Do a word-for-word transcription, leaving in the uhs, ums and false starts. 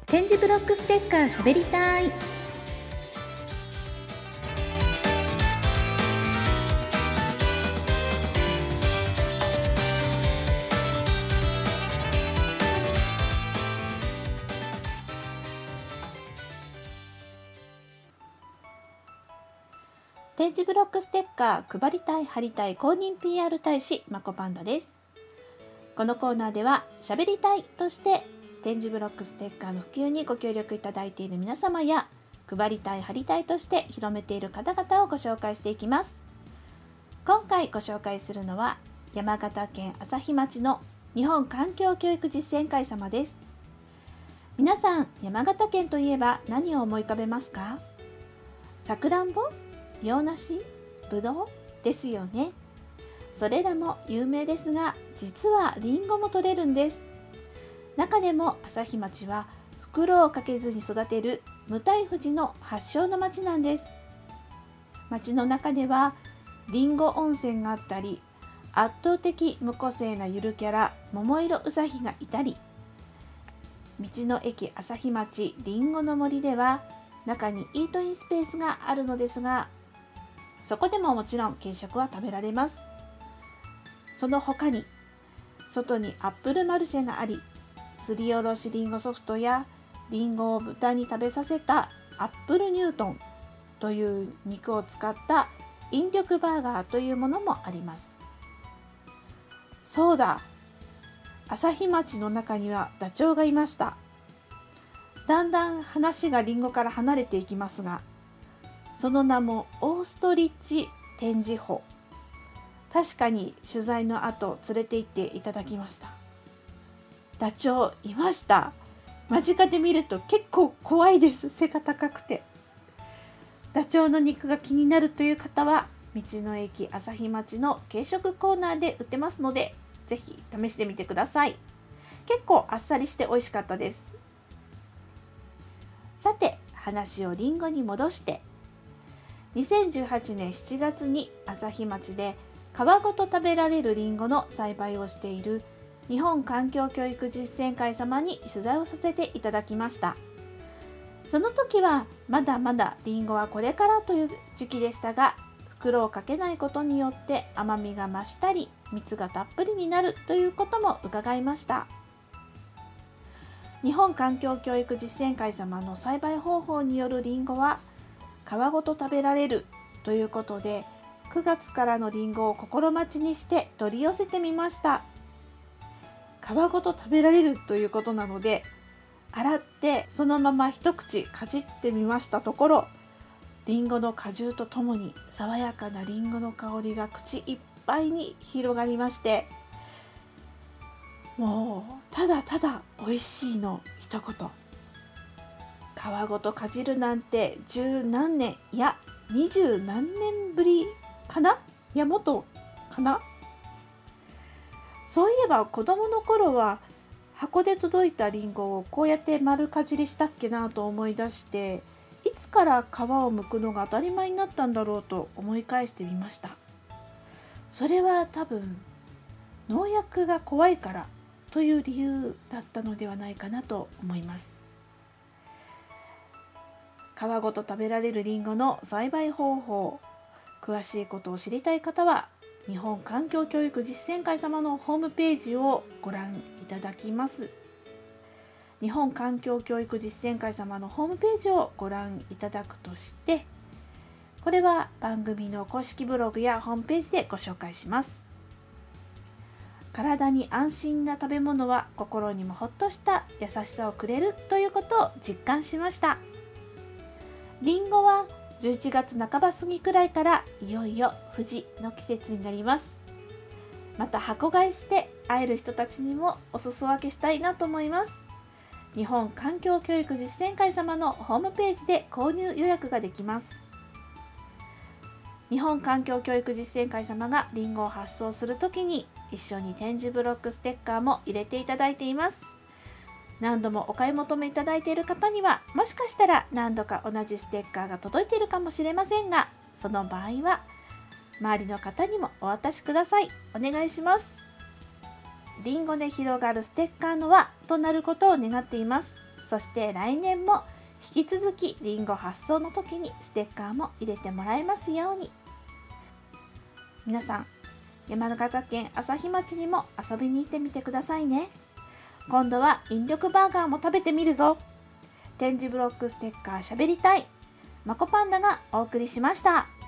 点字ブロックステッカーしゃべりたい。点字ブロックステッカー配りたい貼りたい公認 ピーアール 大使まこパンダです。このコーナーではしゃべりたいとして点字ブロックステッカーの普及にご協力いただいている皆様や配りたい貼りたいとして広めている方々をご紹介していきます。今回ご紹介するのは山形県朝日町の日本環境教育実践会様です。皆さん山形県といえば何を思い浮かべますか？さくらんぼ、洋梨、ぶどうですよね。それらも有名ですが、実はリンゴも取れるんです。中でも朝日町は袋をかけずに育てる無袋富士の発祥の町なんです。町の中ではリンゴ温泉があったり、圧倒的無個性なゆるキャラ桃色うさぎがいたり、道の駅朝日町りんごの森では中にイートインスペースがあるのですが、そこでももちろん軽食は食べられます。その他に外にアップルマルシェがあり、すりおろしリンゴソフトやリンゴを豚に食べさせたアップルニュートンという肉を使った引力バーガーというものもあります。そうだ、朝日町の中にはダチョウがいました。だんだん話がリンゴから離れていきますが、その名もオーストリッチ展示法。確かに取材の後連れて行っていただきました。ダチョウいました。間近で見ると結構怖いです。背が高くて。ダチョウの肉が気になるという方は道の駅朝日町の軽食コーナーで売ってますので、ぜひ試してみてください。結構あっさりして美味しかったです。さて話をリンゴに戻して、にせんじゅうはちねんしちがつに朝日町で皮ごと食べられるリンゴの栽培をしている日本環境教育実践会様に取材をさせていただきました。その時はまだまだリンゴはこれからという時期でしたが、袋をかけないことによって甘みが増したり蜜がたっぷりになるということも伺いました。日本環境教育実践会様の栽培方法によるリンゴは皮ごと食べられるということで、くがつからのリンゴを心待ちにして取り寄せてみました。皮ごと食べられるということなので、洗ってそのまま一口かじってみましたところ、リンゴの果汁とともに爽やかなリンゴの香りが口いっぱいに広がりまして、もうただただ美味しいの一言。皮ごとかじるなんて十何年、いや二十何年ぶりかな、いやもっとかな。そういえば子供の頃は箱で届いたリンゴをこうやって丸かじりしたっけなと思い出して、いつから皮を剥くのが当たり前になったんだろうと思い返してみました。それは多分農薬が怖いからという理由だったのではないかなと思います。皮ごと食べられるリンゴの栽培方法、詳しいことを知りたい方は日本環境教育実践会様のホームページをご覧いただきます。日本環境教育実践会様のホームページをご覧いただくとして、これは番組の公式ブログやホームページでご紹介します。体に安心な食べ物は心にもほっとした優しさをくれるということを実感しました。リンゴはじゅういちがつなかば過ぎくらいからいよいよ富士の季節になります。また箱買いして会える人たちにもお裾分けしたいなと思います。日本環境教育実践会様のホームページで購入予約ができます。日本環境教育実践会様がリンゴを発送するときに一緒に点字ブロックステッカーも入れていただいています。何度もお買い求めいただいている方には、もしかしたら何度か同じステッカーが届いているかもしれませんが、その場合は周りの方にもお渡しください。お願いします。リンゴで広がるステッカーの輪となることを願っています。 そして来年も引き続きりんご発送の時にステッカーも入れてもらえますように。皆さん、山形県朝日町にも遊びに行ってみてくださいね。今度は引力バーガーも食べてみるぞ。点字ブロックステッカーしゃべりたい、まこパンダがお送りしました。